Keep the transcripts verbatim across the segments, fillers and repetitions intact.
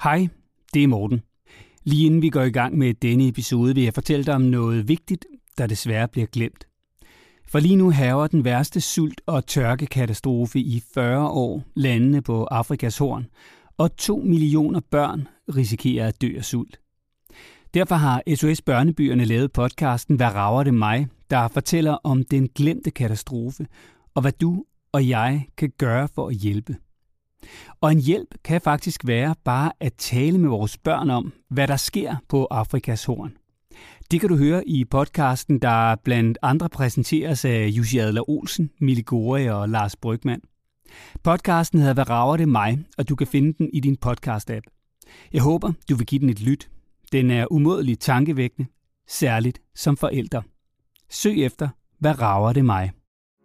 Hej, det er Morten. Lige inden vi går i gang med denne episode, vil jeg fortælle dig om noget vigtigt, der desværre bliver glemt. For lige nu hærger den værste sult- og tørkekatastrofe i fyrre år landene på Afrikas Horn, og to millioner børn risikerer at dø af sult. Derfor har S O S Børnebyerne lavet podcasten Hvad rager det mig?, der fortæller om den glemte katastrofe, og hvad du og jeg kan gøre for at hjælpe. Og en hjælp kan faktisk være bare at tale med vores børn om, hvad der sker på Afrikas Horn. Det kan du høre i podcasten, der blandt andre præsenteres af Jussi Adler-Olsen, Mille Gore og Lars Brygmann. Podcasten hedder Hvad rager det mig?, og du kan finde den i din podcast-app. Jeg håber, du vil give den et lyt. Den er umådeligt tankevækkende, særligt som forældre. Søg efter Hvad rager det mig?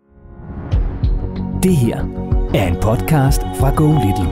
Det her er en podcast fra Go Little.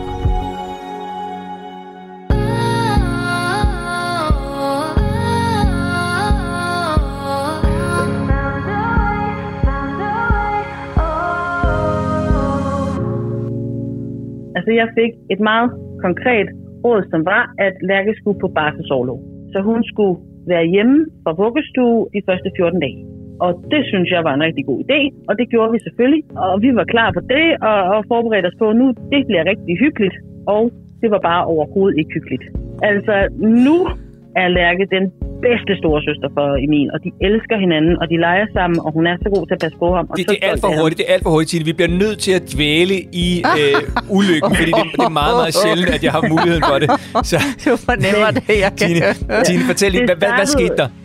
Altså jeg fik et meget konkret råd, som var, at Lærke skulle på barselsorlov. Så hun skulle være hjemme fra vuggestue de første fjorten dage. Og det synes jeg var en rigtig god idé, og det gjorde vi selvfølgelig. Og vi var klar på det, og, og forberedte os på, at nu det bliver rigtig hyggeligt. Og det var bare overhovedet ikke hyggeligt. Altså nu er Lærke den bedste storesøster for Emil, og de elsker hinanden, og de leger sammen, og hun er så god til at passe på ham. Og det, det er alt for hurtigt, det er alt for hurtigt, Tine. Vi bliver nødt til at dvæle i øh, ulykken, fordi det, det er meget, meget sjældent, at jeg har muligheden for det. Så, du fornemmer det, jeg kan. Tine, Tine fortæl lige, hvad, hvad, hvad skete der?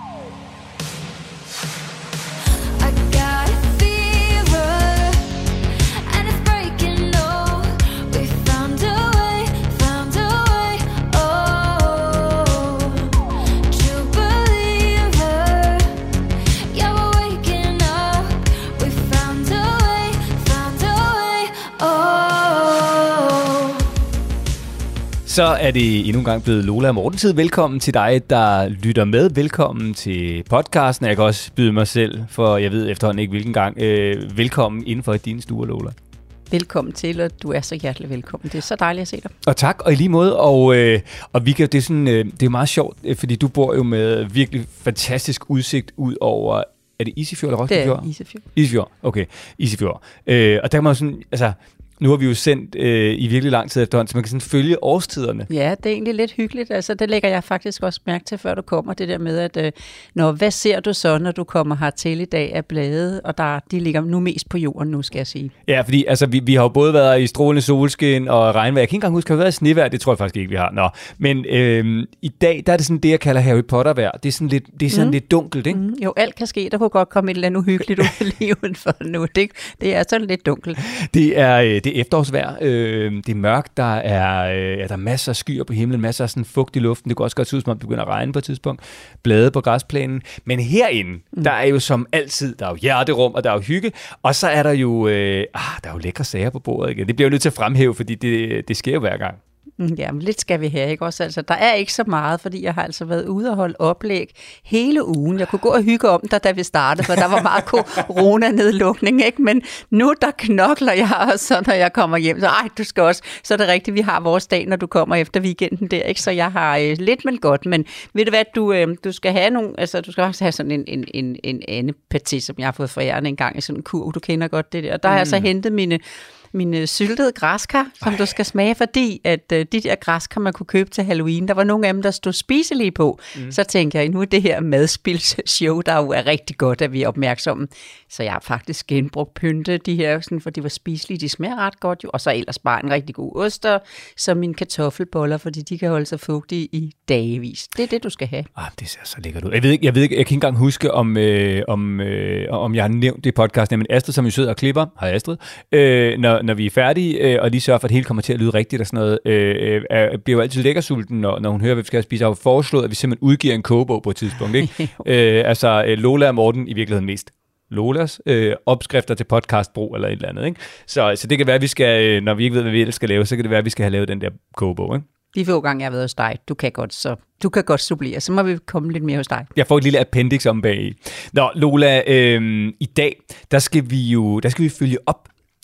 Så er det endnu en gang blevet Lola og Morten-tid. Velkommen til dig, der lytter med. Velkommen til podcasten. Jeg kan også byde mig selv, for jeg ved efterhånden ikke hvilken gang. Øh, velkommen inden for din stue, Lola. Velkommen til, og du er så hjertelig velkommen. Det er så dejligt at se dig. Og tak, og i lige måde. Og, øh, og vi kan, det, er sådan, øh, det er meget sjovt, fordi du bor jo med virkelig fantastisk udsigt ud over... Er det Isefjord eller Roskilde Fjord? Det er Isefjord. Isefjord, okay. Isefjord. Øh, og der kan man jo sådan... Altså, nu har vi jo sendt øh, i virkelig lang tid efterhånden, så man kan sådan følge årstiderne. Ja, det er egentlig lidt hyggeligt. Altså, det lægger jeg faktisk også mærke til, før du kommer. Det der med, at øh, når, hvad ser du så, når du kommer hertil i dag af blade? Og der, de ligger nu mest på jorden nu, skal jeg sige. Ja, fordi altså, vi, vi har jo både været i strålende solskin og regnvejr. Jeg kan ikke engang huske, at vi har været i snevejr. Det tror jeg faktisk ikke, vi har. Nå. Men øh, i dag, der er det sådan det, jeg kalder Harry Potter-vejr. Det er sådan lidt, det er sådan mm. lidt dunkelt, ikke? Mm. Jo, alt kan ske. Der kunne godt komme et eller andet uhyggeligt ud lige udenfor nu. Det, det er sådan lidt dunkelt. Det er, øh, det er efterårsvejr. Øh, det er mørkt, der er, øh, ja, der er masser af skyer på himlen, masser af sådan fugt i luften. Det kan også godt se ud, som om det begynder at regne på et tidspunkt. Blade på græsplænen. Men herinde, mm. der er jo som altid, der er jo hjerterum, og der er jo hygge. Og så er der jo, øh, ah, der er jo lækre sager på bordet igen. Det bliver jo nødt til at fremhæve, fordi det, det sker jo hver gang. Ja, men lidt skal vi have, ikke også? Altså, der er ikke så meget, fordi jeg har altså været ude og holde oplæg hele ugen. Jeg kunne gå og hygge om der, da vi startede, for der var meget corona-nedlukning, ikke? Men nu, der knokler jeg også, når jeg kommer hjem. Så ej, du skal også. Så er det rigtigt, vi har vores dag, når du kommer efter weekenden der, ikke? Så jeg har øh, lidt, men godt. Men ved du hvad, du, øh, du skal have nogle, altså du skal også have sådan en, en, en, en anden paté, som jeg har fået foræret en gang i sådan en kurv. Du kender godt det der. Der har mm. jeg så hentet mine mine syltede græskar, som Ej. du skal smage, fordi at uh, de der græskar, man kunne købe til Halloween, der var nogle af dem, der stod spiselige på. Mm. Så tænker jeg, nu er det her madspilsshow, der jo er rigtig godt, at vi er opmærksomme. Så jeg har faktisk genbrugt pynte, de her, sådan, for de var spiselige, de smager ret godt jo. Og så ellers bare en rigtig god oster, som mine kartoffelboller, fordi de kan holde sig fugtige i dagevis. Det er det, du skal have. Ah, det ser så lækkert ud. Jeg ved ikke, jeg, ved ikke, jeg kan ikke engang huske, om, øh, om, øh, om jeg har nævnt det i podcasten, men Astrid, som jo sidder og klipper, hej Astrid, øh, når, når vi er færdige, øh, og lige sørger for, at det hele kommer til at lyde rigtigt og sådan noget, øh, øh, bliver jo altid lækkersulten, når, når hun hører, hvad vi skal spise. Jeg har jo foreslået, at vi simpelthen udgiver en kogebog på et tidspunkt, ikke? øh, altså, Lola og Morten i virkeligheden mest. Lolas øh, opskrifter til podcastbrug eller et eller andet, ikke? Så, så det kan være, at vi skal, når vi ikke ved, hvad vi ellers skal lave, så kan det være, at vi skal have lavet den der kogebog, ikke? De få gange, jeg har været hos dig, du kan godt, så du kan godt supplere, så må vi komme lidt mere hos dig. Jeg får et lille appendix om bag i. Nå, Lola, øh, i dag, der skal vi jo, der skal vi følge op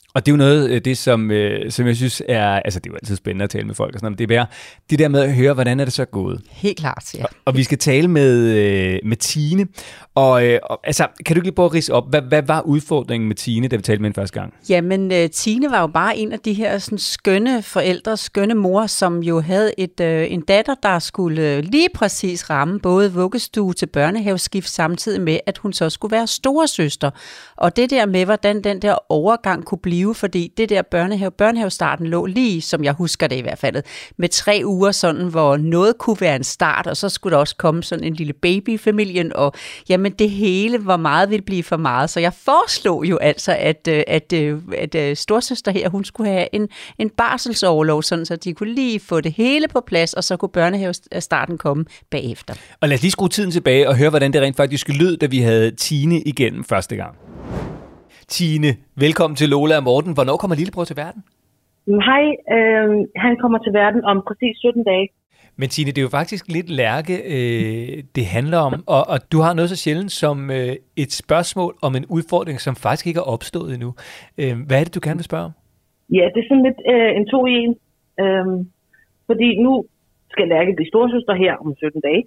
Og det er jo noget af det, som, øh, som jeg synes er, altså det er jo altid spændende at tale med folk og sådan noget, men det er bare det der med at høre, hvordan er det så gået. Helt klart, ja. Og, og vi skal tale med, øh, med Tine, og, øh, og altså, kan du ikke lige prøve at ridse op, hvad, hvad var udfordringen med Tine, da vi talte med hende første gang? Jamen, øh, Tine var jo bare en af de her sådan, skønne forældre, skønne mor, som jo havde et, øh, en datter, der skulle øh, lige præcis ramme både vuggestue til børnehaveskift, samtidig med, at hun så skulle være storesøster. Og det der med, hvordan den der overgang kunne blive, fordi det der børnehave, børnehavestarten lå lige, som jeg husker det i hvert fald, med tre uger sådan, hvor noget kunne være en start, og så skulle der også komme sådan en lille baby i familien, og jamen det hele, hvor meget ville blive for meget. Så jeg foreslog jo altså, at, at, at, at storsøster her, hun skulle have en, en barselsorlov, sådan så de kunne lige få det hele på plads, og så kunne børnehavestarten komme bagefter. Og lad os lige skrue tiden tilbage og høre, hvordan det rent faktisk lød, da vi havde Tine igennem første gang. Tine, velkommen til Lola og Morten. Hvornår kommer lillebror til verden? Hej, øh, han kommer til verden om præcis sytten dage. Men Tine, det er jo faktisk lidt Lærke, øh, det handler om, og, og du har noget så sjældent som øh, et spørgsmål om en udfordring, som faktisk ikke er opstået endnu. Øh, hvad er det, du gerne vil spørge om? Ja, det er sådan lidt øh, en to i en. Øh, fordi nu skal Lærke blive storesøster her om sytten dage.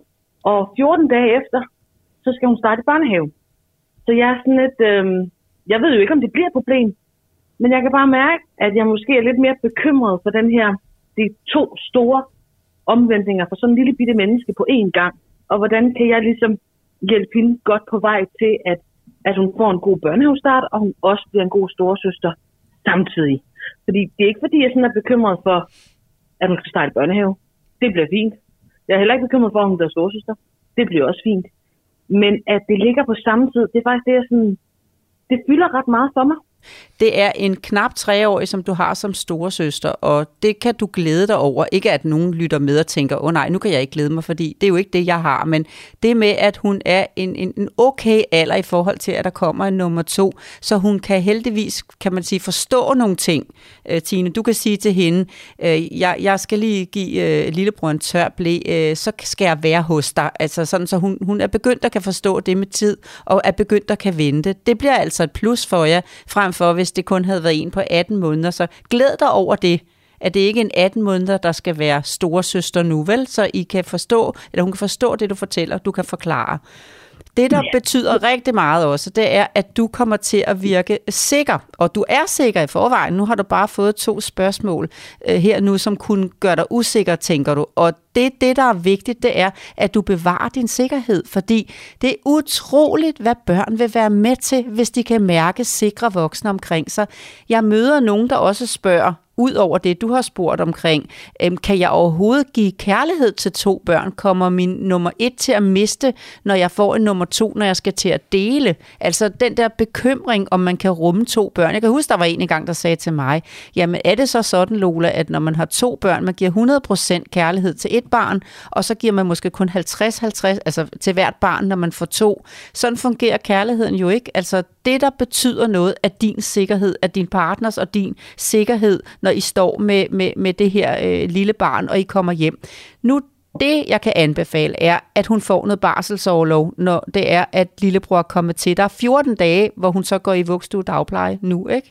Og fjorten dage efter, så skal hun starte i børnehave. Så jeg er sådan lidt... Øh, jeg ved jo ikke, om det bliver et problem. Men jeg kan bare mærke, at jeg måske er lidt mere bekymret for den her, de to store omvendninger for sådan en lille bitte menneske på én gang. Og hvordan kan jeg ligesom hjælpe hende godt på vej til, at, at hun får en god børnehavestart, og hun også bliver en god storesøster samtidig. Fordi det er ikke fordi, jeg sådan er bekymret for, at hun skal starte i børnehave. Det bliver fint. Jeg er heller ikke bekymret for, at hun bliver storesøster. Det bliver også fint. Men at det ligger på samme tid, det er faktisk det, jeg sådan... Det fylder ret meget for mig. Det er en knap treårig, som du har som storesøster, og det kan du glæde dig over. Ikke at nogen lytter med og tænker, åh oh, nej, nu kan jeg ikke glæde mig, fordi det er jo ikke det, jeg har. Men det med, at hun er en, en, en okay alder i forhold til, at der kommer en nummer to, så hun kan heldigvis, kan man sige, forstå nogle ting. Øh, Tine, du kan sige til hende, øh, jeg, jeg skal lige give øh, lillebror en tør ble, øh, så skal jeg være hos dig. Altså sådan, så hun, hun er begyndt at kan forstå det med tid, og er begyndt at kan vente. Det bliver altså et plus for jer, frem for hvis det kun havde været en på atten måneder. Så glæd dig over det, at det ikke er en atten måneder, der skal være storesøster nu, vel? Så I kan forstå, eller hun kan forstå det, du fortæller, du kan forklare. Det, der ja. betyder rigtig meget også, det er, at du kommer til at virke sikker. Og du er sikker i forvejen. Nu har du bare fået to spørgsmål øh, her nu, som kunne gøre dig usikker, tænker du. Og det, det, der er vigtigt, det er, at du bevarer din sikkerhed. Fordi det er utroligt, hvad børn vil være med til, hvis de kan mærke sikre voksne omkring sig. Jeg møder nogen, der også spørger, ud over det, du har spurgt omkring, øhm, kan jeg overhovedet give kærlighed til to børn? Kommer min nummer et til at miste, når jeg får en nummer to, når jeg skal til at dele? Altså den der bekymring, om man kan rumme to børn. Jeg kan huske, der var en engang, der sagde til mig, jamen er det så sådan, Lola, at når man har to børn, man giver hundrede procent kærlighed til et barn, og så giver man måske kun halvtreds halvtreds, altså til hvert barn, når man får to. Sådan fungerer kærligheden jo ikke. Altså det, der betyder noget, er din sikkerhed, er din partners og din sikkerhed, når I står med, med, med det her øh, lille barn, og I kommer hjem. Nu, det jeg kan anbefale, er, at hun får noget barselsorlov, når det er, at lillebror kommer til. Der er fjorten dage, hvor hun så går i vuggestue dagpleje nu, ikke?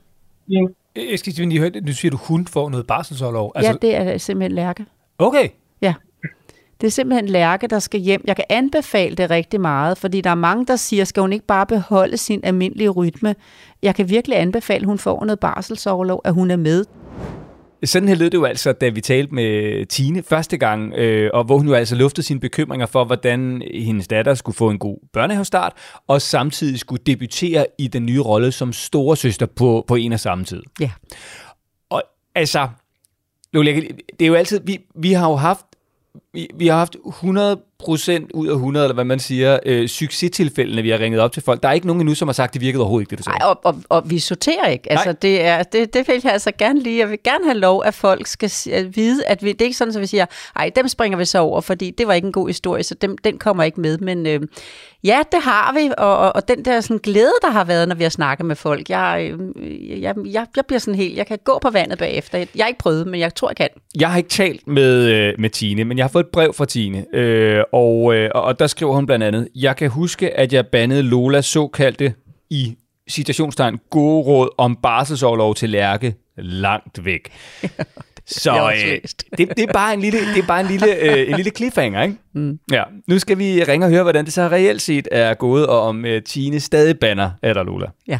Ja. Jeg skal lige høre, nu siger du, hun får noget barselsorlov. Altså... Ja, det er simpelthen Lærke. Okay. Ja. Det er simpelthen Lærke, der skal hjem. Jeg kan anbefale det rigtig meget, fordi der er mange, der siger, skal hun ikke bare beholde sin almindelige rytme? Jeg kan virkelig anbefale, at hun får noget barselsorlov, at hun er med. Sådan her lød det jo altså, da vi talte med Tine første gang, øh, og hvor hun jo altså luftede sine bekymringer for, hvordan hendes datter skulle få en god børnehavestart, og samtidig skulle debutere i den nye rolle som storesøster på, på en og samme tid. Ja. Og altså, Lola, det er jo altid, vi, vi har jo haft Vi, vi har haft hundrede procent ud af hundrede, eller hvad man siger, øh, succestilfældene, vi har ringet op til folk. Der er ikke nogen endnu, som har sagt, at det virkede overhovedet ikke, det du sagde. Nej, og, og, og vi sorterer ikke. Altså, det, er, det, det vil jeg altså gerne lide. Jeg vil gerne have lov, at folk skal vide, at vi, det er ikke sådan, at vi siger, ej, dem springer vi så over, fordi det var ikke en god historie, så dem, den kommer ikke med. Men øh, ja, det har vi, og, og, og den der sådan, glæde, der har været, når vi har snakket med folk, jeg, jeg, jeg, jeg bliver sådan helt, jeg kan gå på vandet bagefter. Jeg har ikke prøvet, men jeg tror, jeg kan. Jeg har ikke talt med, med Tine, men jeg har fået et brev fra Tine, øh, og, øh, og der skriver hun blandt andet, jeg kan huske, at jeg bandede Lolas såkaldte i citationstegn, gode råd om barselsorlov til Lærke langt væk. Så øh, det, det er bare en lille, det er bare en lille, øh, en lille cliffhanger, ikke? Mm. Ja, nu skal vi ringe og høre, hvordan det så reelt set er gået, og om øh, Tine stadig banner, er der, Lola? Ja.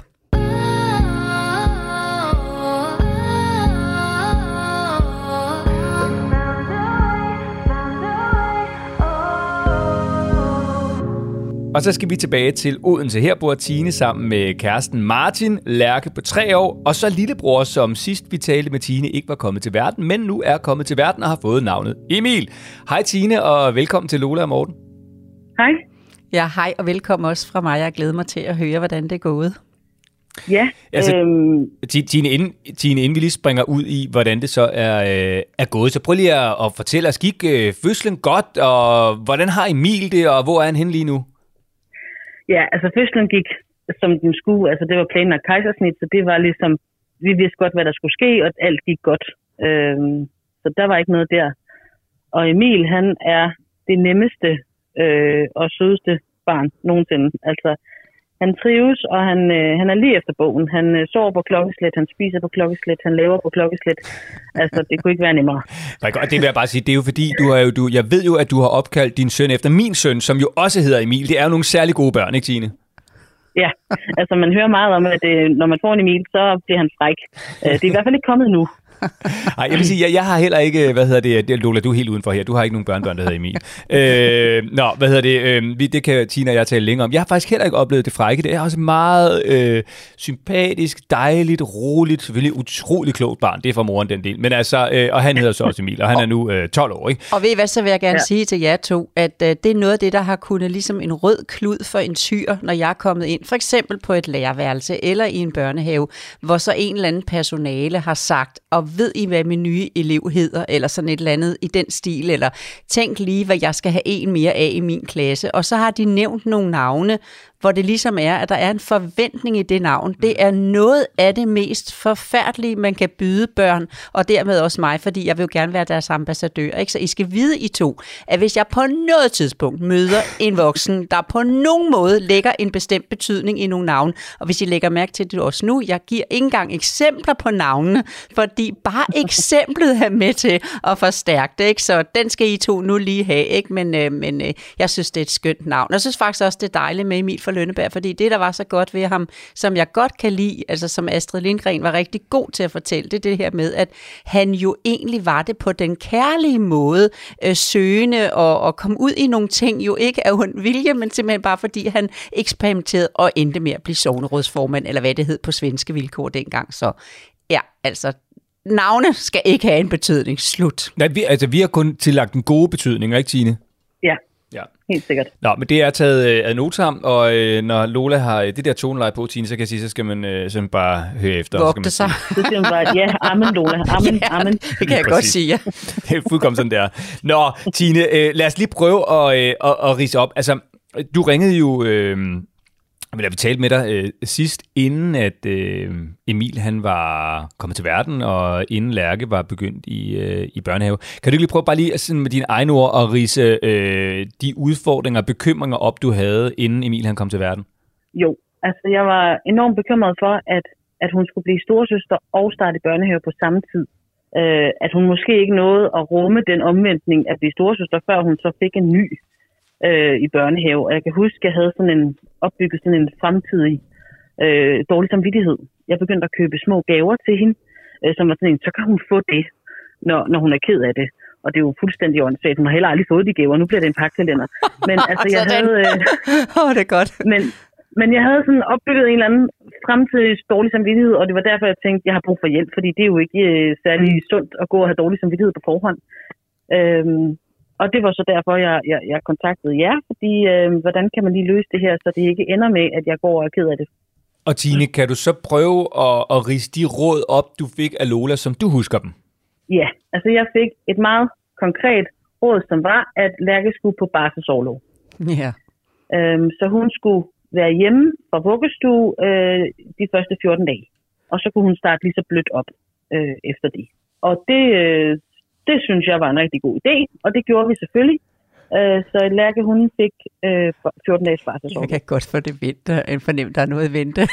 Og så skal vi tilbage til Odense. Her bor Tine sammen med kæresten Martin, Lærke på tre år, og så lillebror, som sidst vi talte med Tine, ikke var kommet til verden, men nu er kommet til verden og har fået navnet Emil. Hej Tine, og velkommen til Lola og Morten. Hej. Ja, hej og velkommen også fra mig. Jeg glæder mig til at høre, hvordan det er gået. Ja. Altså, øhm... Tine, inden, Tine, inden vi lige springer ud i, hvordan det så er, øh, er gået, så prøv lige at, at fortælle os, gik øh, fødslen godt, og hvordan har Emil det, og hvor er han henne lige nu? Ja, altså fødslen gik, som den skulle. Altså det var planlagt kejsersnit, så det var ligesom, vi vidste godt, hvad der skulle ske, og alt gik godt. Øhm, så der var ikke noget der. Og Emil, han er det nemmeste øh, og sødeste barn nogensinde. Altså, han trives, og han, øh, han er lige efter bogen. Han øh, sover på klokkeslæt, han spiser på klokkeslæt, han laver på klokkeslæt. Altså, det kunne ikke være nemmere. Og det vil jeg bare sige, det er jo fordi, du har jo, du, jeg ved jo, at du har opkaldt din søn efter min søn, som jo også hedder Emil. Det er jo nogle særlig gode børn, ikke Tine? Ja, altså man hører meget om, at det, når man får en Emil, så bliver han fræk. Det er i hvert fald ikke kommet nu. Nej, jeg vil sige, jeg, jeg har heller ikke, hvad hedder det, Lola, du er helt udenfor her, du har ikke nogen børnebørn, der hedder Emil. øh, nå, hvad hedder det, øh, vi, det kan Tina og jeg tale længere om. Jeg har faktisk heller ikke oplevet det frække, det er også meget øh, sympatisk, dejligt, roligt, selvfølgelig utrolig klogt barn, det er fra moren den del, men altså, øh, og han hedder så også Emil, og han er nu øh, tolv år, ikke? Og ved I hvad, så vil jeg gerne ja. sige til jer to, at øh, det er noget af det, der har kunnet ligesom en rød klud for en tyr, når jeg er kommet ind, for eksempel på et lærerværelse eller i en børnehave, hvor så en eller anden personale har sagt, og ved I, hvad min nye elev hedder, eller sådan et eller andet i den stil, eller tænk lige, hvad jeg skal have en mere af i min klasse. Og så har de nævnt nogle navne, hvor det ligesom er, at der er en forventning i det navn. Det er noget af det mest forfærdelige, man kan byde børn, og dermed også mig, fordi jeg vil jo gerne være deres ambassadør. Ikke? Så I skal vide, I to, at hvis jeg på noget tidspunkt møder en voksen, der på nogen måde lægger en bestemt betydning i nogle navne, og hvis I lægger mærke til det også nu, jeg giver ikke engang eksempler på navnene, fordi bare eksemplet er med til at forstærke det. Ikke? Så den skal I to nu lige have, ikke? Men, øh, men øh, jeg synes, det er et skønt navn. Jeg synes faktisk også, det er dejligt med Emil for Lønneberg, fordi det, der var så godt ved ham, som jeg godt kan lide, altså som Astrid Lindgren var rigtig god til at fortælle, det er det her med, at han jo egentlig var det på den kærlige måde, øh, søgende og, og kom ud i nogle ting, jo ikke af ond vilje, men simpelthen bare fordi han eksperimenterede og endte med at blive sognerådsformand, eller hvad det hed på svenske vilkår dengang. Så ja, altså navne skal ikke have en betydning. Slut. Nej, vi, altså vi har kun tillagt en gode betydning, ikke Tine? Ja. Ja. Helt sikkert. Nå, men det er taget øh, ad notam, og øh, når Lola har øh, det der toneleje på, Tine, så kan jeg sige, så skal man øh, sådan bare høre efter. Vogte sig. Så siger man bare, ja, amen Lola, amen, ja, amen. Det kan jeg godt sige, ja. Det er fuldkommen sådan der. Nå, Tine, øh, lad os lige prøve at, øh, at, at ridse op. Altså, du ringede jo... Øh, Men da vi talte med dig øh, sidst, inden at øh, Emil han var kommet til verden, og inden Lærke var begyndt i, øh, i børnehave. Kan du ikke lige prøve bare lige sådan med dine egne ord at ridse øh, de udfordringer og bekymringer op, du havde, inden Emil han kom til verden? Jo, altså jeg var enormt bekymret for, at, at hun skulle blive storesøster og starte i børnehave på samme tid. Øh, at hun måske ikke nåede at rumme den omvendtning at blive storesøster, før hun så fik en ny øh, i børnehave. Og jeg kan huske, at jeg havde sådan en opbygget sådan en fremtidig øh, dårlig samvittighed. Jeg begyndte at købe små gaver til hende, øh, som var sådan en, så kan hun få det, når, når hun er ked af det. Og det er jo fuldstændig åndssvagt. Hun har heller aldrig fået de gaver. Nu bliver det en pakkalender. Men altså, jeg havde... Åh, øh, oh, det er godt. Men, men jeg havde sådan opbygget en eller anden fremtidig dårlig samvittighed, og det var derfor, jeg tænkte, jeg har brug for hjælp, fordi det er jo ikke øh, særlig sundt at gå og have dårlig samvittighed på forhånd. Øhm, Og det var så derfor, jeg, jeg, jeg kontaktede jer, fordi øh, hvordan kan man lige løse det her, så det ikke ender med, at jeg går og er ked af det. Og Tine, kan du så prøve at, at ridse de råd op, du fik af Lola, som du husker dem? Ja, altså jeg fik et meget konkret råd, som var, at Lærke skulle på barselsorlov. Ja. Øhm, så hun skulle være hjemme fra vuggestue øh, de første fjorten dage. Og så kunne hun starte lige så blødt op øh, efter det. Og det... Øh, Det synes jeg var en rigtig god idé, og det gjorde vi selvfølgelig. Øh, så Lærke, hun fik øh, fjorten dages barselsorlov. Jeg kan godt få det vente, en fornem, der er noget at vente.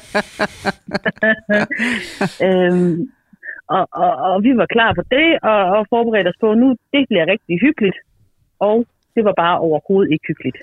øhm, og, og, og vi var klar på det, og, og forberedte os på, nu det bliver rigtig hyggeligt. Og det var bare overhovedet ikke hyggeligt.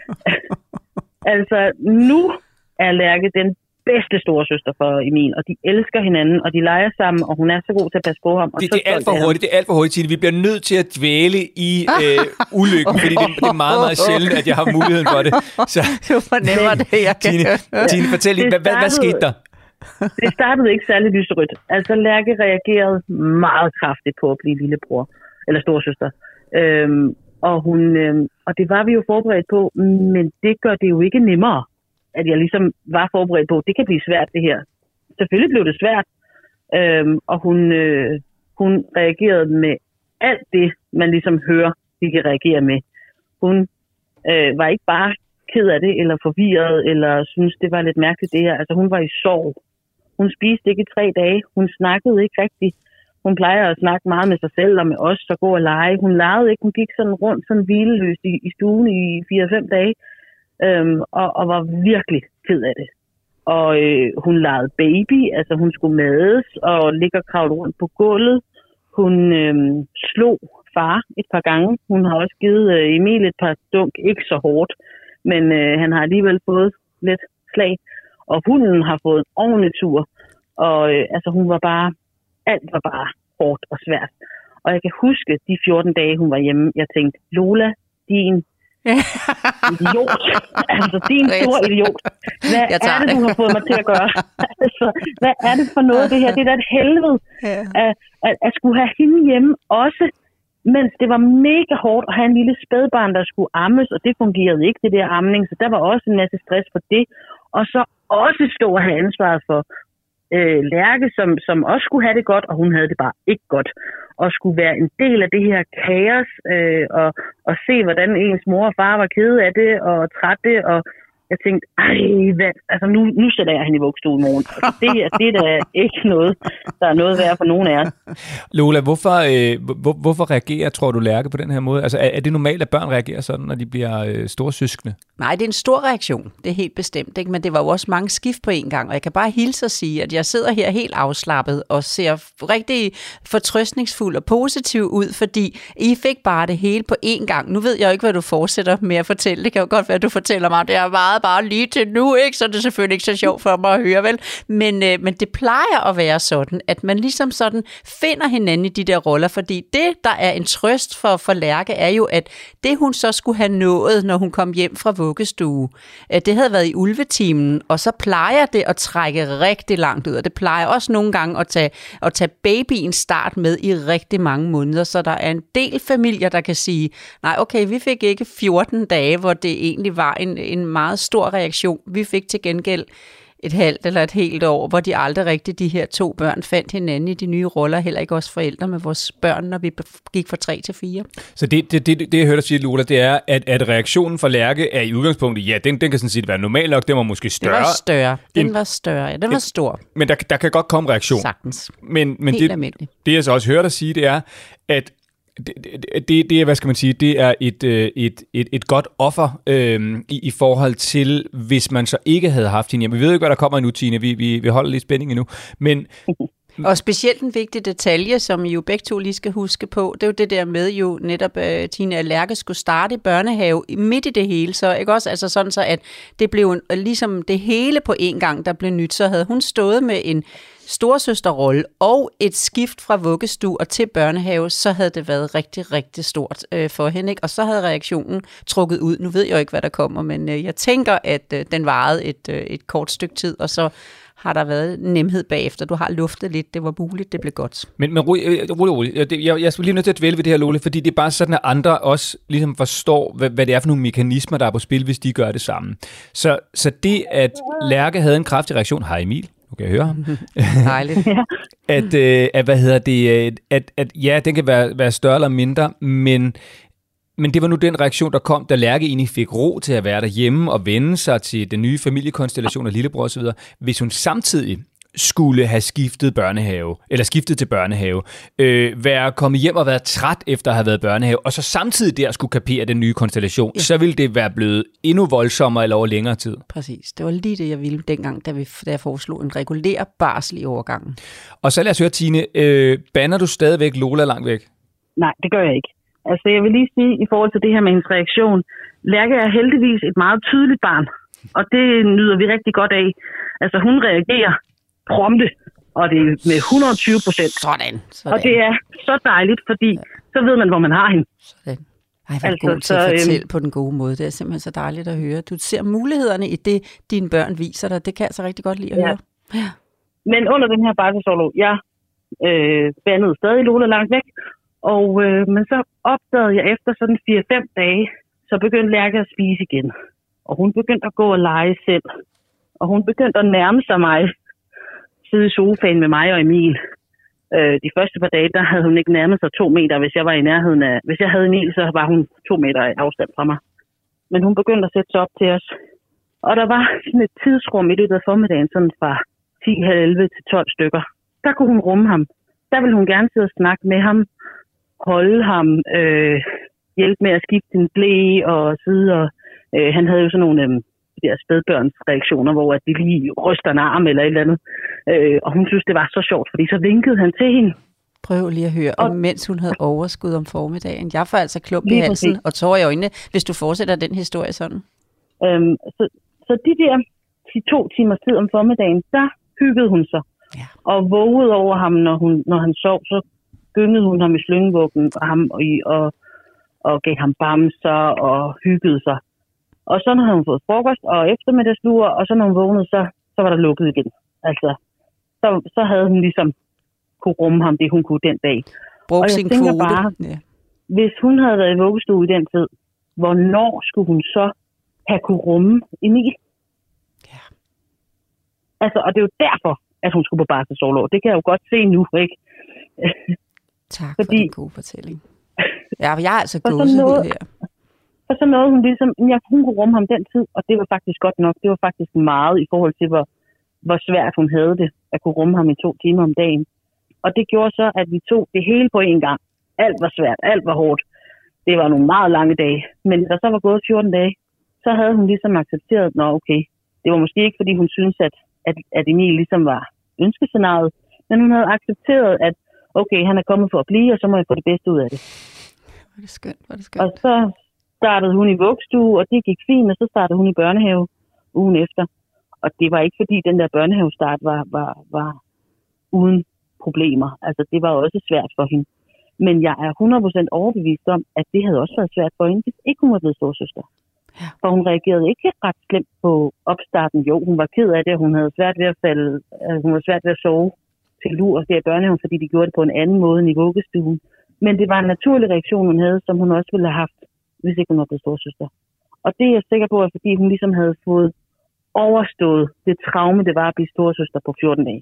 Altså, nu er Lærke den bedste storesøster for Emil, og de elsker hinanden, og de leger sammen, og hun er så god til at passe på ham. Og det, det er alt for hurtigt, det er alt for hurtigt, Tine. Vi bliver nødt til at dvæle i øh, ulykken, fordi det, det er meget, meget sjældent, at jeg har muligheden for det. Så, du fornemmer det, jeg kan. Tine, Tine fortæl lige, hvad, hvad, hvad skete der? Det startede ikke særlig lyserødt. Altså, Lærke reagerede meget kraftigt på at blive lillebror, eller storesøster. Øhm, og, hun, øhm, og det var vi jo forberedt på, men det gør det jo ikke nemmere, at jeg ligesom var forberedt på, det kan blive svært det her. Selvfølgelig blev det svært, øhm, og hun, øh, hun reagerede med alt det, man ligesom hører, de kan reagere med. Hun øh, var ikke bare ked af det, eller forvirret, eller synes det var lidt mærkeligt det her. Altså hun var i sorg. Hun spiste ikke i tre dage. Hun snakkede ikke rigtigt. Hun plejer at snakke meget med sig selv og med os, så gå og lege. Hun legede ikke. Hun gik sådan rundt, sådan hvileløst i, i stuen i fire fem dage. Øhm, og, og var virkelig ked af det. Og øh, hun legede baby, altså hun skulle mades og ligge og kravle rundt på gulvet. Hun øh, slog far et par gange. Hun har også givet øh, Emil et par dunk, ikke så hårdt, men øh, han har alligevel fået lidt slag. Og hunden har fået en ordentlig tur. Og øh, altså hun var bare, alt var bare hårdt og svært. Og jeg kan huske de fjorten dage, hun var hjemme, jeg tænkte, Lola, din idiot. Altså, din store idiot. Hvad er det, det, du har fået mig til at gøre? Altså, hvad er det for noget, det her? Det er da et helvede. Ja. At, at, at skulle have hende hjemme også, mens det var mega hårdt at have en lille spædbarn, der skulle ammes, og det fungerede ikke, det der amning. Så der var også en masse stress for det. Og så også stå og have ansvaret for øh, Lærke, som, som også skulle have det godt, og hun havde det bare ikke godt. Og skulle være en del af det her kaos, øh, og, og se, hvordan ens mor og far var kede af det, og trætte, og jeg tænkte, ej, hvad? Altså nu, nu sætter jeg hende i vuggestue i morgen. Altså, det, det er da ikke noget, der er noget værd for nogen af os. Lola, hvorfor, øh, hvor, hvorfor reagerer, tror du, Lærke på den her måde? Altså er, er det normalt, at børn reagerer sådan, når de bliver øh, store søskende? Nej, det er en stor reaktion. Det er helt bestemt, ikke? Men det var jo også mange skift på en gang, og jeg kan bare hilse og sige, at jeg sidder her helt afslappet og ser rigtig fortrøstningsfuld og positiv ud, fordi I fik bare det hele på én gang. Nu ved jeg jo ikke, hvad du fortsætter med at fortælle. Det kan jo godt være, at du fortæller mig, det er meget bare lige til nu, ikke? Så det er selvfølgelig ikke så sjovt for mig at høre, vel? Men, øh, men det plejer at være sådan, at man ligesom sådan finder hinanden i de der roller, fordi det, der er en trøst for, for Lærke, er jo, at det, hun så skulle have nået, når hun kom hjem fra vuggestue, øh, det havde været i ulvetimen, og så plejer det at trække rigtig langt ud, og det plejer også nogle gange at tage, at tage babyens start med i rigtig mange måneder, så der er en del familier, der kan sige, nej, okay, vi fik ikke fjorten dage, hvor det egentlig var en, en meget stor reaktion. Vi fik til gengæld et halvt eller et helt år, hvor de aldrig rigtig, de her to børn, fandt hinanden i de nye roller, heller ikke os forældre med vores børn, når vi gik fra tre til fire. Så det, det, det, det jeg hørte dig sige, Lola, det er, at, at reaktionen fra Lærke er i udgangspunktet, ja, den, den kan sådan set være normal nok, den var måske større. Det var større. Den en, var større, ja, den var stor. Men der, der kan godt komme reaktion. Sagtens. Men, men helt det, almindeligt. Det jeg så også hørte dig sige, det er, at Det, det, det er, hvad skal man sige, det er et, et, et, et godt offer øhm, i, i forhold til, hvis man så ikke havde haft hende hjemme. Vi ved ikke, hvad der kommer endnu, Tine. Vi, vi, vi holder lidt spænding endnu. Men og specielt en vigtig detalje, som I jo begge to lige skal huske på, det er jo det der med jo netop, uh, Tine, at Lærke skulle starte i børnehave midt i det hele, så ikke også, altså sådan så, at det blev en, ligesom det hele på en gang, der blev nyt, så havde hun stået med en storesøsterrolle og et skift fra vuggestue og til børnehave, så havde det været rigtig, rigtig stort øh, for hende, ikke? Og så havde reaktionen trukket ud. Nu ved jeg jo ikke, hvad der kommer, men øh, jeg tænker, at øh, den varede et, øh, et kort stykke tid, og så har der været nemhed bagefter. Du har luftet lidt, det var muligt, det blev godt. Men, men rolig, rolig, rolig. Jeg, jeg, jeg skulle lige nødt til at dvæle ved det her, Lola, fordi det er bare sådan, at andre også ligesom forstår, hvad, hvad det er for nogle mekanismer, der er på spil, hvis de gør det samme. Så, så det, at Lærke havde en kraftig reaktion, hej Emil, nu kan jeg høre ham. Dejligt. at, øh, at, hvad hedder det, at, at ja, den kan være, være større eller mindre, men Men det var nu den reaktion, der kom, da Lærke egentlig fik ro til at være derhjemme og vende sig til den nye familiekonstellation af lillebror osv. Hvis hun samtidig skulle have skiftet børnehave, eller skiftet til børnehave, øh, være kommet hjem og været træt efter at have været børnehave, og så samtidig der skulle kapere den nye konstellation, ja. Så ville det være blevet endnu voldsommere eller over længere tid. Præcis. Det var lige det, jeg ville dengang, da, vi, da jeg foreslog en regulær barsel i overgangen. Og så lad os høre, Tine, øh, banner du stadigvæk Lola langt væk? Nej, det gør jeg ikke. Altså, jeg vil lige sige, i forhold til det her med hendes reaktion, Lærke er heldigvis et meget tydeligt barn, og det nyder vi rigtig godt af. Altså, hun reagerer prompte, og det er med et hundrede og tyve procent. Sådan, sådan. Og det er så dejligt, fordi ja. Så ved man, hvor man har hende. Sådan. Ej, hvor altså, god til at fortælle øhm, på den gode måde. Det er simpelthen så dejligt at høre. Du ser mulighederne i det, dine børn viser dig. Det kan jeg så rigtig godt lide at ja. høre. Ja. Men under den her barselsorlov, jeg øh, bandede stadig Lola langt væk, og øh, men så opdagede jeg efter sådan fire fem dage, så begyndte Lærke at spise igen. Og hun begyndte at gå og lege selv. Og hun begyndte at nærme sig mig, sidde i sofaen med mig og Emil. Øh, de første par dage, der havde hun ikke nærmet sig to meter, hvis jeg var i nærheden af... Hvis jeg havde Emil, så var hun to meter i afstand fra mig. Men hun begyndte at sætte sig op til os. Og der var sådan et tidsrum i løbet af formiddagen, sådan fra ti elleve til tolv stykker. Der kunne hun rumme ham. Der ville hun gerne sidde og snakke med ham, holde ham, øh, hjælpe med at skifte en blæ og sidde og... Øh, han havde jo sådan nogle... Øh, de der spædbørns reaktioner, hvor at de lige ryster en arm eller et eller andet. Øh, og hun synes, det var så sjovt, fordi så vinkede han til hende. Prøv lige at høre, og, og mens hun havde overskud om formiddagen. Jeg får altså klump i halsen og tårer i øjnene, hvis du fortsætter den historie sådan. Øhm, så, så de der de to timers tid om formiddagen, der hyggede hun sig. Ja. Og vågede over ham, når, hun, når han sov, så gyngede hun ham i slyngevuggen og, ham, og, og, og gav ham bamser og hyggede sig. Og så når hun fået frokost og eftermiddagslur, og så når hun vågnede, så, så var der lukket igen. Altså, så, så havde hun ligesom kunne rumme ham, det hun kunne den dag. Brug og jeg sin tænker kvote. bare, ja. Hvis hun havde været i vuggestue i den tid, hvornår skulle hun så have kunne rumme Emil? Ja. Altså, og det er jo derfor, at hun skulle på barselsorlov. Det kan jeg jo godt se nu, ikke? Tak Fordi, for den gode fortælling. Ja, jeg er altså gåset ud her. Og så nåede hun ligesom, ja, hun kunne rumme ham den tid, og det var faktisk godt nok. Det var faktisk meget i forhold til, hvor, hvor svært hun havde det, at kunne rumme ham i to timer om dagen. Og det gjorde så, at vi tog det hele på en gang. Alt var svært, alt var hårdt. Det var nogle meget lange dage. Men da så var gået fjorten dage, så havde hun ligesom accepteret, nå okay, det var måske ikke, fordi hun syntes, at, at, at Emil ligesom var ønskescenariet, men hun havde accepteret, at okay, han er kommet for at blive, og så må jeg få det bedste ud af det. Var det skønt, var det skønt. Og så startede hun i vuggestue, og det gik fint, og så startede hun i børnehave ugen efter. Og det var ikke fordi, den der børnehavestart var, var, var uden problemer. Altså, det var også svært for hende. Men jeg er hundrede procent overbevist om, at det havde også været svært for hende, hvis ikke hun var blevet storsøster. Ja. For hun reagerede ikke ret slemt på opstarten. Jo, hun var ked af det, og hun havde svært ved at falde, hun var svært ved at sove til lur der i børnehaven, fordi de gjorde det på en anden måde end i vuggestuen. Men det var en naturlig reaktion, hun havde, som hun også ville have haft, hvis ikke hun var blevet storsøster. Og det er jeg sikker på, at fordi hun ligesom havde fået overstået det traume, det var at blive storsøster på fjorten dage.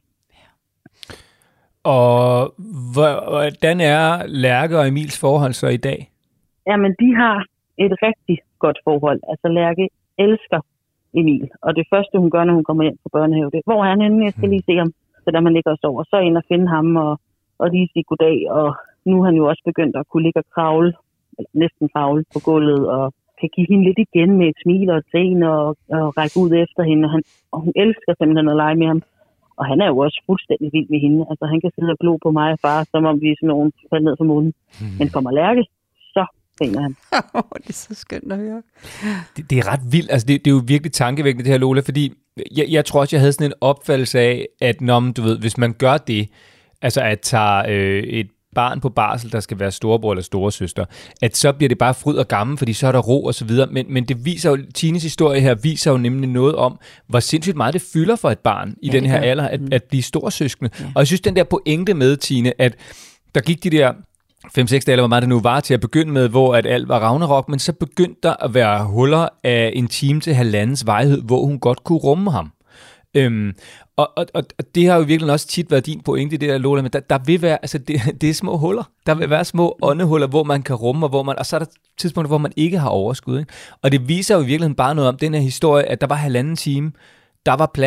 Og hvordan er Lærke og Emils forhold så i dag? Jamen, de har et rigtig godt forhold. Altså, Lærke elsker Emil. Og det første, hun gør, når hun kommer hjem fra børnehave, det er, hvor er han henne? Jeg skal lige se ham. Så der man ligger og sover, så ind og finde ham og, og lige sige goddag. Og nu er han jo også begyndt at kunne ligge og kravle, eller næsten kravle på gulvet, og kan give hende lidt igen med et smil og et sen og, og række ud efter hende. Og, han, og hun elsker simpelthen at lege med ham. Og han er jo også fuldstændig vild med hende. Altså, han kan sidde og glo på mig og far, som om vi er sådan nogen faldt ned fra månen. Mm. Men kommer Lærke, så griner han. Det er så skønt at høre. Det, det er ret vildt. Altså, det, det er jo virkelig tankevækkende, det her, Lola, fordi jeg, jeg tror også, jeg havde sådan en opfattelse af, at når, du ved, hvis man gør det, altså at tage øh, et barn på barsel, der skal være storebror eller storesøster, at så bliver det bare fryd og gammel, fordi så er der ro og så videre. Men, men det viser jo, Tines historie her viser jo nemlig noget om, hvor sindssygt meget det fylder for et barn i ja, den her alder, at, at blive storsøskende. Ja. Og jeg synes, den der pointe med, Tine, at der gik de der fem seks dage, eller hvor meget det nu var til at begynde med, hvor at alt var ragnarok, men så begyndte der at være huller af en time til halvandens vejhed, hvor hun godt kunne rumme ham. Øhm, og, og, og det har jo virkelig også tit været din pointe i det der, Lola, men der, der vil være, altså det, det er små huller. Der vil være små åndehuller, hvor man kan rumme, og, hvor man, og så er der tidspunkter, hvor man ikke har overskud. Ikke? Og det viser jo i virkeligheden bare noget om den her historie, at der var halvanden time, der var plads,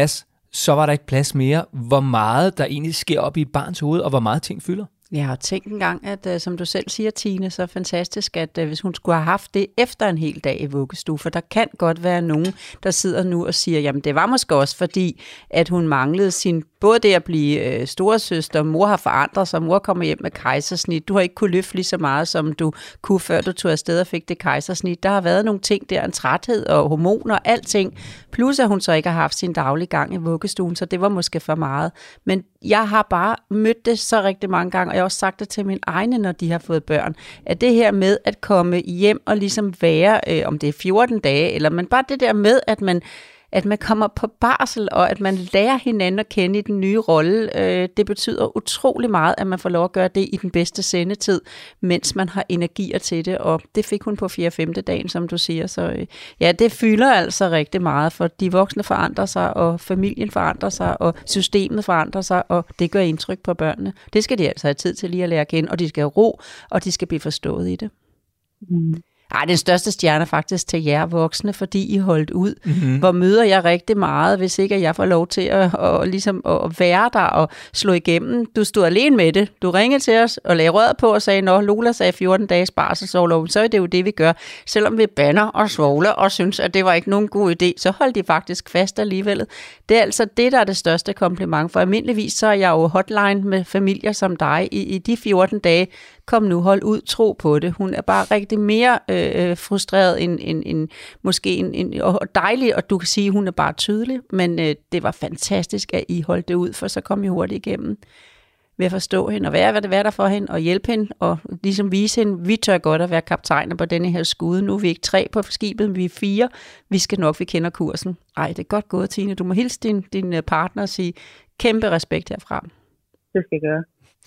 så var der ikke plads mere. Hvor meget der egentlig sker op i et barns hoved, og hvor meget ting fylder. Jeg har tænkt en gang, at uh, som du selv siger, Tine, så fantastisk, at uh, hvis hun skulle have haft det efter en hel dag i vuggestue, for der kan godt være nogen, der sidder nu og siger, jamen det var måske også fordi, at hun manglede sin, både det at blive uh, storesøster, mor har forandret sig, mor kommer hjem med kejsersnit, du har ikke kunne løfte lige så meget, som du kunne, før du tog afsted og fik det kejsersnit. Der har været nogle ting der, en træthed og hormoner og alting, plus at hun så ikke har haft sin daglige gang i vuggestuen, så det var måske for meget. Men jeg har bare mødt det så rigtig mange gange, og jeg har også sagt det til mine egne, når de har fået børn, at det her med at komme hjem og ligesom være, øh, om det er fjorten dage, eller men bare det der med, at man at man kommer på barsel, og at man lærer hinanden at kende i den nye rolle, øh, det betyder utrolig meget, at man får lov at gøre det i den bedste sendetid, mens man har energier til det, og det fik hun på fjerde femte dagen, som du siger. Så øh, ja, det fylder altså rigtig meget, for de voksne forandrer sig, og familien forandrer sig, og systemet forandrer sig, og det gør indtryk på børnene. Det skal de altså have tid til lige at lære at kende, og de skal have ro, og de skal blive forstået i det. Mm. Ej, den største stjerne faktisk til jer voksne, fordi I holdt ud. Mm-hmm. Hvor møder jeg rigtig meget, hvis ikke jeg får lov til at, og, ligesom, at være der og slå igennem. Du stod alene med det. Du ringede til os og lagde røret på og sagde, nå, Lola sagde fjorten dages barselsorlov, så er det jo det, vi gør. Selvom vi banner og svogler og synes, at det var ikke nogen god idé, så holdt de faktisk fast alligevel. Det er altså det, der er det største kompliment. For almindeligvis så er jeg jo hotline med familier som dig i, i de fjorten dage. Kom nu, hold ud, tro på det. Hun er bare rigtig mere øh, frustreret end, end, end måske en, en, og dejlig, og du kan sige, at hun er bare tydelig, men øh, det var fantastisk, at I holdt det ud, for så kom I hurtigt igennem ved at forstå hende, og være, hvad det var der for hende, og hjælpe hende, og ligesom vise hende, vi tør godt at være kaptajner på denne her skude. Nu er vi ikke tre på skibet, vi er fire. Vi skal nok, vi kender kursen. Ej, det er godt gået, Tine. Du må hilse din, din partner og sige kæmpe respekt herfra. Det skal jeg gøre.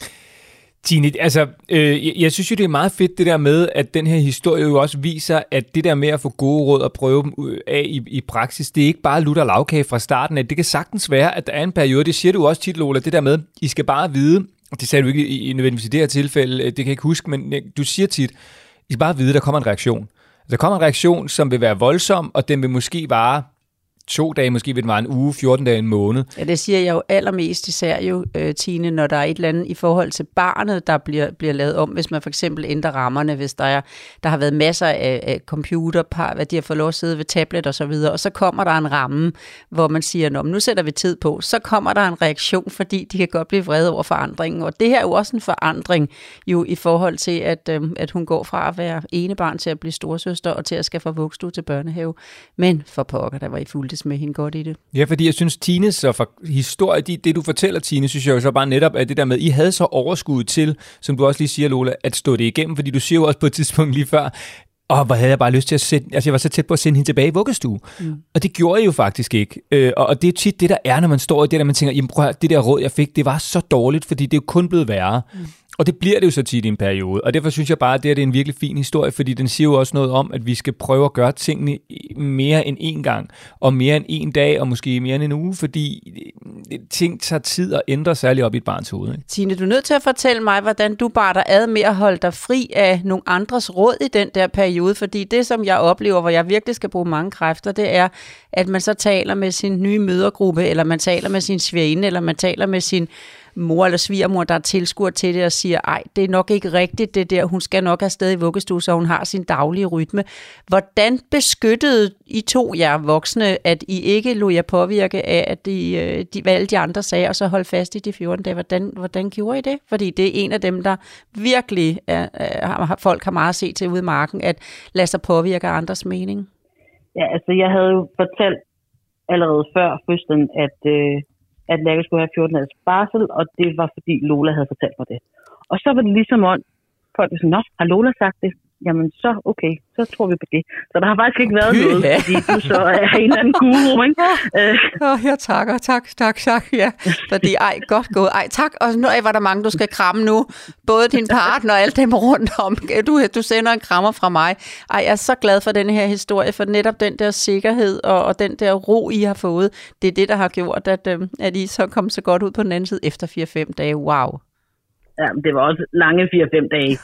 Tine, altså, øh, jeg, jeg synes jo, det er meget fedt det der med, at den her historie jo også viser, at det der med at få gode råd og prøve dem af i, i praksis, det er ikke bare lutter lavkage fra starten af. Det kan sagtens være, at der er en periode, det siger du også tit, Lola, det der med, I skal bare vide, og det sagde du ikke i, i nødvendigvis i det her tilfælde, det kan jeg ikke huske, men du siger tit, I skal bare vide, der kommer en reaktion. Der kommer en reaktion, som vil være voldsom, og den vil måske vare to dage, måske vil den være en uge, fjorten dage, en måned. Ja, det siger jeg jo allermest, især jo, øh, Tine, når der er et eller andet i forhold til barnet, der bliver, bliver lavet om, hvis man for eksempel ændrer rammerne, hvis der er, der har været masser af, af computerpar, hvad de har fået lov at sidde ved tablet og så videre, og så kommer der en ramme, hvor man siger, nå, nu sætter vi tid på, så kommer der en reaktion, fordi de kan godt blive vrede over forandringen, og det her er jo også en forandring, jo i forhold til, at, øh, at hun går fra at være enebarn til at blive storsøster, og til at skal fra vuggestue til børnehave, men for pokker, der var I fuldt med hende godt i det. Ja, fordi jeg synes, Tines så for historie, det, det du fortæller, Tine, synes jeg jo så bare netop, at det der med, I havde så overskud til, som du også lige siger, Lola, at stå det igennem, fordi du siger jo også på et tidspunkt lige før, og hvor havde jeg bare lyst til at sætte, altså jeg var så tæt på at sende hende tilbage i vuggestue. Mm. Og det gjorde jeg jo faktisk ikke. Øh, og, og det er tit det, der er, når man står i det der, man tænker, jamen prøv at høre, det der råd, jeg fik, det var så dårligt, fordi det er jo kun blevet værre. Mm. Og det bliver det jo så tit i en periode. Og derfor synes jeg bare, at det, er, det er en virkelig fin historie, fordi den siger jo også noget om, at vi skal prøve at gøre tingene mere end én gang, og mere end en dag, og måske mere end en uge, fordi ting tager tid at ændre særligt op i et barns hoved. Ikke? Tine, du er nødt til at fortælle mig, hvordan du bare der ad med at holde dig fri af nogle andres råd i den der periode, fordi det, som jeg oplever, hvor jeg virkelig skal bruge mange kræfter, det er, at man så taler med sin nye mødergruppe, eller man taler med sin svigerinde, eller man taler med sin mor eller svigermor, der er tilskuer til det og siger, ej, det er nok ikke rigtigt det der, hun skal nok afsted i vuggestue, så hun har sin daglige rytme. Hvordan beskyttede I to jer voksne, at I ikke lod jer påvirke af, at de, de, hvad alle de andre sagde, og så holdt fast i de fjorten dage? Hvordan, hvordan gjorde I det? Fordi det er en af dem, der virkelig er, er, folk har meget at se til ude i marken, at lade sig påvirke af andres mening. Ja, altså jeg havde jo fortalt allerede før fødslen, at øh at Lærke skulle have fjorten dages barsel, og det var fordi Lola havde fortalt mig det. Og så var det ligesom om, folk var sådan, nå, har Lola sagt det? Jamen så, okay, så tror vi på det. Så der har faktisk ikke været noget, ja. Fordi du så er en eller anden guru, ikke? Åh, oh, jeg takker, tak, tak, tak, ja. Fordi, ej, godt gået, ej, tak. Og nu var der mange, du skal kramme nu. Både din partner og alle dem rundt om. Du, du sender en krammer fra mig. Ej, jeg er så glad for den her historie, for netop den der sikkerhed og, og den der ro, I har fået, det er det, der har gjort, at, at I så kom så godt ud på den anden side efter fire fem dage. Wow. Ja, det var også lange fire fem dage.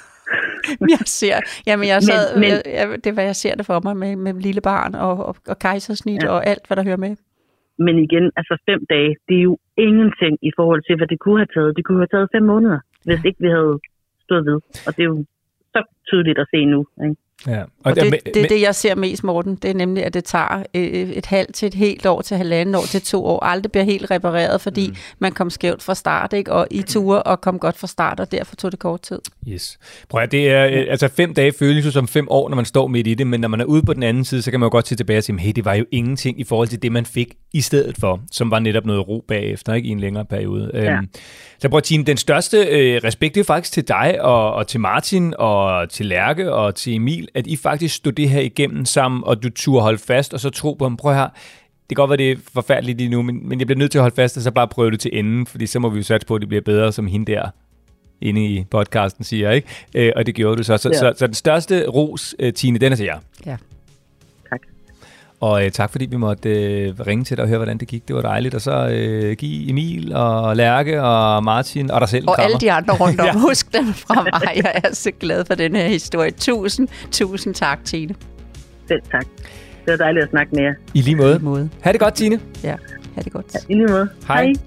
jeg ser, jamen jeg sad, men, men, jeg, det er hvad jeg ser det for mig med, med lille barn og, og, og kejsersnit ja. Og alt, hvad der hører med. Men igen, altså fem dage, det er jo ingenting i forhold til, hvad det kunne have taget. Det kunne have taget fem måneder, hvis ikke vi havde stået ved. Og det er jo så tydeligt at se nu, ikke? Ja. Og, og det, men, det er det, jeg ser mest, Morten. Det er nemlig, at det tager et halvt til et helt år til halvanden år til to år. Aldrig bliver helt repareret, fordi mm. man kom skævt fra start, ikke? Og i ture og kom godt fra start, og derfor tog det kort tid. Yes. Prøv at det er, altså fem dage føles jo som fem år, når man står midt i det, men når man er ude på den anden side, så kan man jo godt se tilbage og sige, hey, det var jo ingenting i forhold til det, man fik i stedet for, som var netop noget ro bagefter, ikke? I en længere periode. Ja. Øhm, så prøv, Tine, den største øh, respekt er faktisk til dig og, og til Martin og til Lærke og til Emil, at I faktisk stod det her igennem sammen, og du turde holde fast, og så tro på ham. Prøv her, det kan godt være, det er forfærdeligt lige nu, men, men jeg bliver nødt til at holde fast, og så bare prøve det til enden, fordi så må vi jo satse på, at det bliver bedre, som hende der inde i podcasten siger, ikke? Øh, og det gjorde du så. Så, ja. så, så, så den største ros, Tine, den er til jer. Ja. Tak. Og øh, tak, fordi vi måtte øh, ringe til dig og høre, hvordan det gik. Det var dejligt. Og så øh, give Emil og Lærke og Martin og dig selv en og krammer. alle de andre rundt om. Ja. Husk dem fra mig. Jeg er så glad for den her historie. Tusind, tusind tak, Tine. Selv tak. Det var dejligt at snakke med jer. I lige måde. I lige måde. Ha' det godt, Tine. Ja, ha' det godt. Ja, i lige måde. Hej. Hej.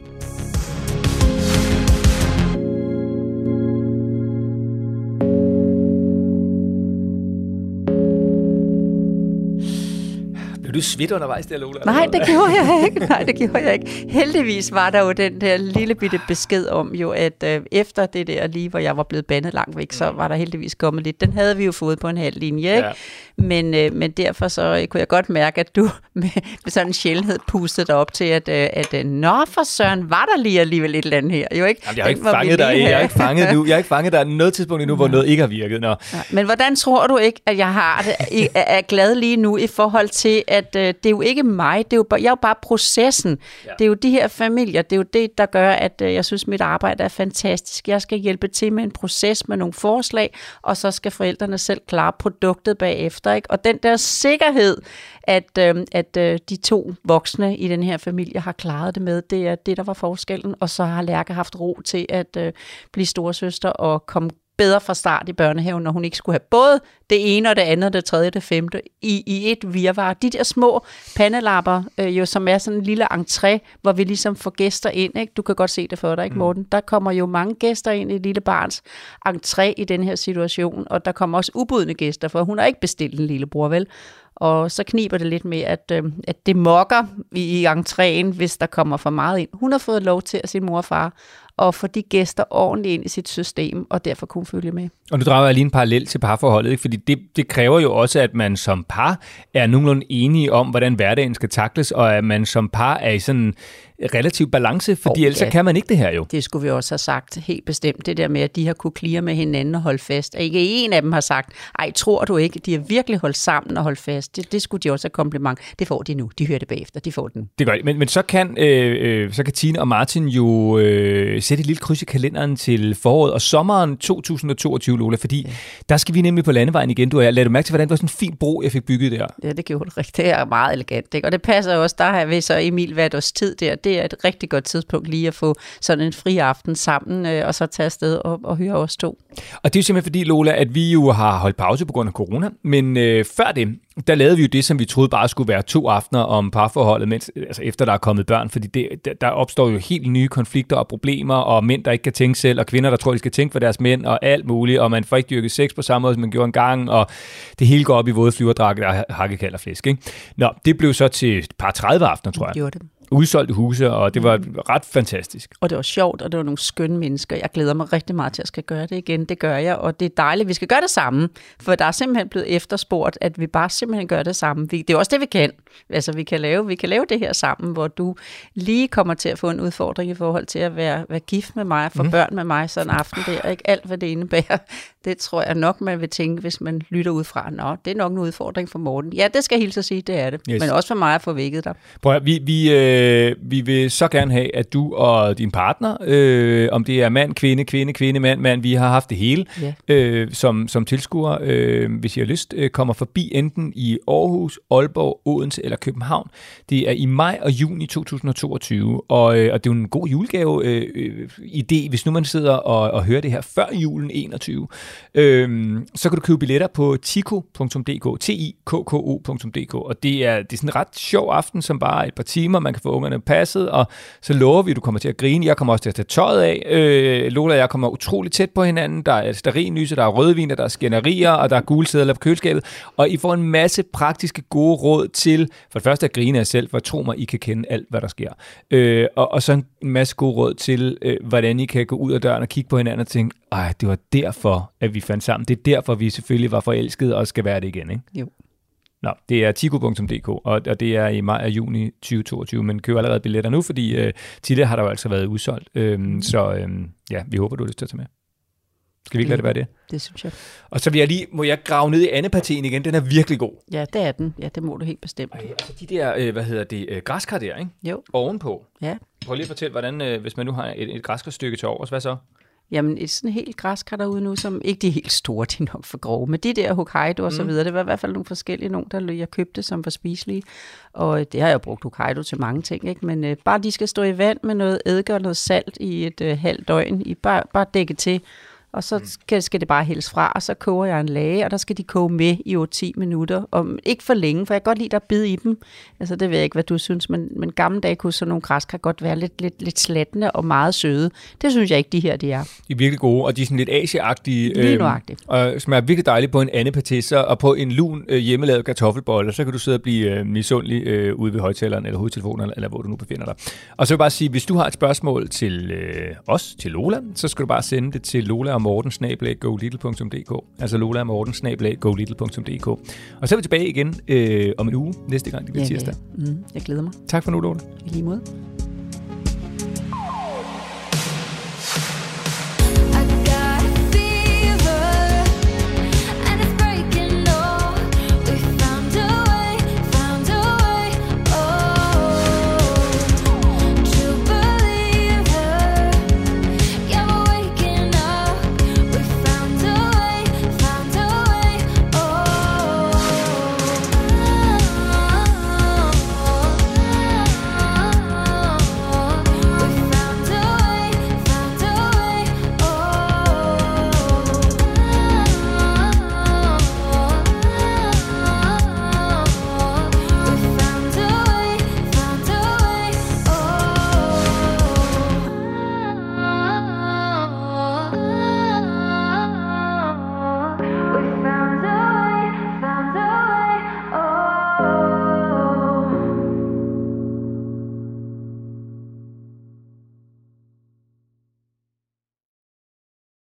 Blev du svedt undervejs der, Lola? Nej, det gjorde jeg ikke. Nej, det gjorde jeg ikke. Heldigvis var der jo den der lille bitte besked om jo, at øh, efter det der lige, hvor jeg var blevet bandet langt væk, så var der heldigvis kommet lidt. Den havde vi jo fået på en halv linje, ikke? Ja. Men, øh, men derfor så øh, kunne jeg godt mærke, at du med, med sådan en sjældenhed pustede dig op til, at, øh, at øh, nå for søren, var der lige alligevel et eller andet her. Jo, ikke? Jamen, jeg har ikke fanget dig. Jeg har ikke fanget nu. Jeg har ikke fanget dig noget tidspunkt endnu, hvor noget ikke har virket. Nå. Ja, men hvordan tror du ikke, at jeg har det, jeg er glad lige nu i forhold til, at øh, det er jo ikke mig, det er jo, jeg er jo bare processen. Ja. Det er jo de her familier, det er jo det, der gør, at øh, jeg synes, mit arbejde er fantastisk. Jeg skal hjælpe til med en proces med nogle forslag, og så skal forældrene selv klare produktet bagefter, ikke? Og den der sikkerhed, at, øh, at øh, de to voksne i den her familie har klaret det med, det er det, der var forskellen. Og så har Lærke haft ro til at øh, blive storesøster og komme bedre fra start i børnehaven, når hun ikke skulle have både det ene og det andet, det tredje og det femte i, i et virvar. De der små pandelapper, øh, jo, som er sådan en lille entré, hvor vi ligesom får gæster ind. Ikke? Du kan godt se det for dig, ikke, Morten? Mm. Der kommer jo mange gæster ind i et lille barns entré i den her situation, og der kommer også ubudne gæster, for hun har ikke bestilt en lillebror, vel? Og så kniber det lidt med, at, øh, at det mokker i, i entréen, hvis der kommer for meget ind. Hun har fået lov til at sin mor og far og få de gæster ordentligt ind i sit system, og derfor kunne følge med. Og nu drager jeg lige en parallel til parforholdet, ikke? Fordi det, det kræver jo også, at man som par er nogenlunde enige om, hvordan hverdagen skal takles, og at man som par er i sådan relativ balance, fordi oh, ellers ja. kan man ikke det her jo. Det skulle vi også have sagt helt bestemt, det der med, at de har kunne klire med hinanden og holde fast. Ikke en af dem har sagt, ej, tror du ikke, de har virkelig holdt sammen og holdt fast. Det, det skulle de også have kompliment. Det får de nu. De hører det bagefter. De får den. Det gør de. Men, men så, kan, øh, så kan Tine og Martin jo øh, sætte et lille kryds i kalenderen til foråret og sommeren to tusind og toogtyve, Lola, fordi ja. der skal vi nemlig på landevejen igen. Du har ladet mærke til, hvordan det var sådan en fin bro, jeg fik bygget der. Ja, det gjorde det rigtigt. Det er meget elegant, ikke? Og det passer også. Der har vi så Emil været os tid der. Det er et rigtig godt tidspunkt lige at få sådan en fri aften sammen, øh, og så tage afsted og, og høre os to. Og det er jo simpelthen fordi, Lola, at vi jo har holdt pause på grund af corona, men øh, før det, der lavede vi jo det, som vi troede bare skulle være to aftener om parforholdet, mens, altså efter der er kommet børn, fordi det, der opstår jo helt nye konflikter og problemer, og mænd, der ikke kan tænke selv, og kvinder, der tror, de skal tænke for deres mænd, og alt muligt, og man får ikke dyrket sex på samme måde, som man gjorde engang, og det hele går op i våde flyverdragter og hakkekald og flæsk, ikke? Nå, det blev så til et par tredive aftener, tror jeg. Gjorde det. Udsolgte huse, og det var ret fantastisk. Og det var sjovt, og det var nogle skønne mennesker. Jeg glæder mig rigtig meget til at skal gøre det igen. Det gør jeg, og det er dejligt. Vi skal gøre det samme, for der er simpelthen blevet efterspurgt, at vi bare simpelthen gør det samme. Det er også det, vi kan. Altså, vi kan lave, vi kan lave det her sammen, hvor du lige kommer til at få en udfordring i forhold til at være, være gift med mig, få mm. børn med mig sådan en aften der. Ikke alt, hvad det indebærer. Det tror jeg nok, man vil tænke, hvis man lytter ud fra. Nå, det er nok en udfordring for Morten. Ja, det skal jeg hilse at sige, det er det. Yes. Men også for mig at få vækket dig. Prøv at, vi, vi, øh, vi vil så gerne have, at du og din partner, øh, om det er mand, kvinde, kvinde, kvinde, mand, mand, vi har haft det hele, yeah. øh, som, som tilskuer, øh, hvis I har lyst, øh, kommer forbi enten i Aarhus, Aalborg, Odense eller København. Det er i maj og juni to tusind og toogtyve, og, øh, og det er jo en god julegave øh, øh, idé, hvis nu man sidder og, og hører det her før julen enogtyve. Øhm, så kan du købe billetter på tiko punktum d k, t i k k o punktum d k, og det er, det er sådan en ret sjov aften, som bare er et par timer, man kan få ungerne passet, og så lover vi, at du kommer til at grine. Jeg kommer også til at tage tøjet af. Øh, Lola og jeg kommer utroligt tæt på hinanden. Der er stearinlyse, der er rødvin, der er skænderier, og der er gule sædler på køleskabet, og I får en masse praktiske gode råd til, for det første at grine af selv, for tro mig, I kan kende alt, hvad der sker. Øh, og, og så en masse gode råd til, øh, hvordan I kan gå ud af døren og kigge på hinanden og tænke, ej, det var derfor, at vi fandt sammen. Det er derfor, vi selvfølgelig var forelskede og skal være det igen, ikke? Jo. Nå, det er tiko punktum d k, og, og det er i maj og juni tyve toogtyve, men køb allerede billetter nu, fordi øh, tidligere har der jo altså været udsolgt. Øhm, så øhm, ja, vi håber, du har lyst til at tage med. Skal vi ikke lade det være det? Det synes jeg. Og så vil jeg lige, må jeg grave ned i andepateen igen, den er virkelig god. Ja, det er den. Ja, det må du helt bestemt. Ej, altså de der, øh, hvad hedder det, øh, græskar der, ikke? Jo. Ovenpå. Ja. Prøv lige at fortælle, hvordan, øh, hvis man nu har et, et græskarstykke til overs, hvad så? Jamen, et sådan helt græskar derude nu, som ikke de er helt store, de er nok for grove, men de der Hokkaido og så videre, det var i hvert fald nogle forskellige, nogle der jeg købte, som var spiselige, og det har jeg brugt Hokkaido til mange ting, ikke? Men øh, bare de skal stå i vand med noget eddike og noget salt i et øh, halvt døgn, I bare, bare dække til, og så skal, skal det bare hældes fra, og så koger jeg en lage, og der skal de koge med i otte til ti minutter. Og ikke for længe, for jeg kan godt lide, at der bid i dem. Altså, det ved jeg ikke, hvad du synes, men, men gamle dage kunne sådan nogle græskar godt være lidt, lidt, lidt slattende og meget søde. Det synes jeg ikke, de her, de er. De er virkelig gode, og de er sådan lidt Asia-agtige. Lige nøjagtigt. Øh, og smager virkelig dejligt på en andepaté, og på en lun øh, hjemmelavet kartoffelbolle, så kan du sidde og blive øh, misundelig øh, ude ved højtaleren, eller hovedtelefonen, eller, eller hvor du nu befinder dig. Og så vil jeg bare sige, hvis du har et spørgsmål til øh, os, til Lola, så skal du bare sende det til Lola og Morten snabel-a go little punktum d k. Altså Lola og Morten snabel-a go little punktum d k. Og så er vi tilbage igen øh, om en uge, næste gang det bliver ja, tirsdag. Ja. Mm, jeg glæder mig. Tak for nu, Lola. I lige måde.